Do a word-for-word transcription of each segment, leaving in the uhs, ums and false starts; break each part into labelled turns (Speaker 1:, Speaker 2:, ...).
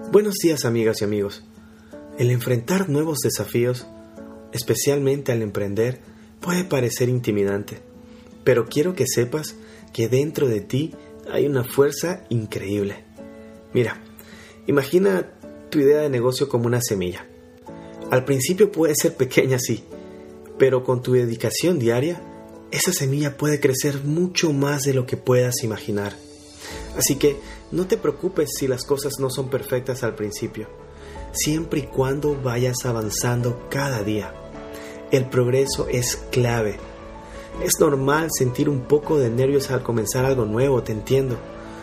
Speaker 1: Buenos días, amigas y amigos. El enfrentar nuevos desafíos, especialmente al emprender, puede parecer intimidante, pero quiero que sepas que dentro de ti hay una fuerza increíble. Mira, imagina tu idea de negocio como una semilla. Al principio puede ser pequeña, sí, pero con tu dedicación diaria, esa semilla puede crecer mucho más de lo que puedas imaginar. Así que no te preocupes si las cosas no son perfectas al principio, siempre y cuando vayas avanzando cada día. El progreso es clave. Es normal sentir un poco de nervios al comenzar algo nuevo, te entiendo.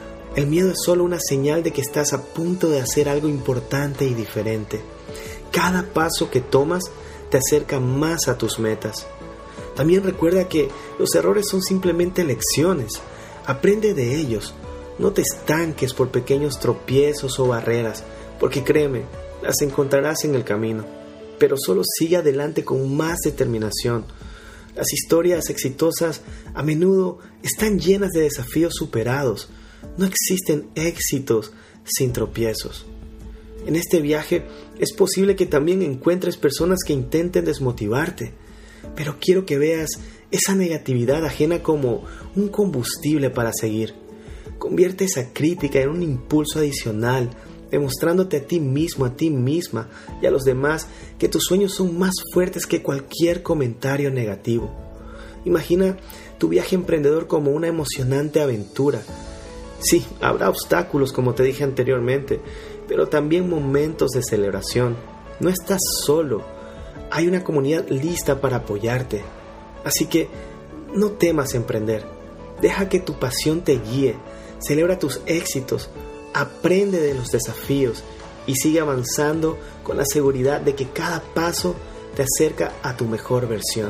Speaker 1: El miedo es solo una señal de que estás a punto de hacer algo importante y diferente. Cada paso que tomas te acerca más a tus metas. También recuerda que los errores son simplemente lecciones. Aprende de ellos. No te estanques por pequeños tropiezos o barreras, porque créeme, las encontrarás en el camino. Pero solo sigue adelante con más determinación. Las historias exitosas a menudo están llenas de desafíos superados. No existen éxitos sin tropiezos. En este viaje es posible que también encuentres personas que intenten desmotivarte, pero quiero que veas esa negatividad ajena como un combustible para seguir. Convierte esa crítica en un impulso adicional, demostrándote a ti mismo, a ti misma y a los demás que tus sueños son más fuertes que cualquier comentario negativo. Imagina tu viaje emprendedor como una emocionante aventura. Sí, habrá obstáculos como te dije anteriormente, pero también momentos de celebración. No estás solo, hay una comunidad lista para apoyarte. Así que no temas emprender, deja que tu pasión te guíe. Celebra tus éxitos, aprende de los desafíos y sigue avanzando con la seguridad de que cada paso te acerca a tu mejor versión.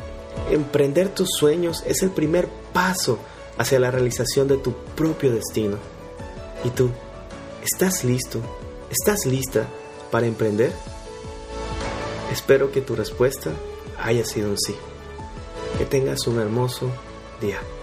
Speaker 1: Emprender tus sueños es el primer paso hacia la realización de tu propio destino. ¿Y tú? ¿Estás listo? ¿Estás lista para emprender? Espero que tu respuesta haya sido un sí. Que tengas un hermoso día.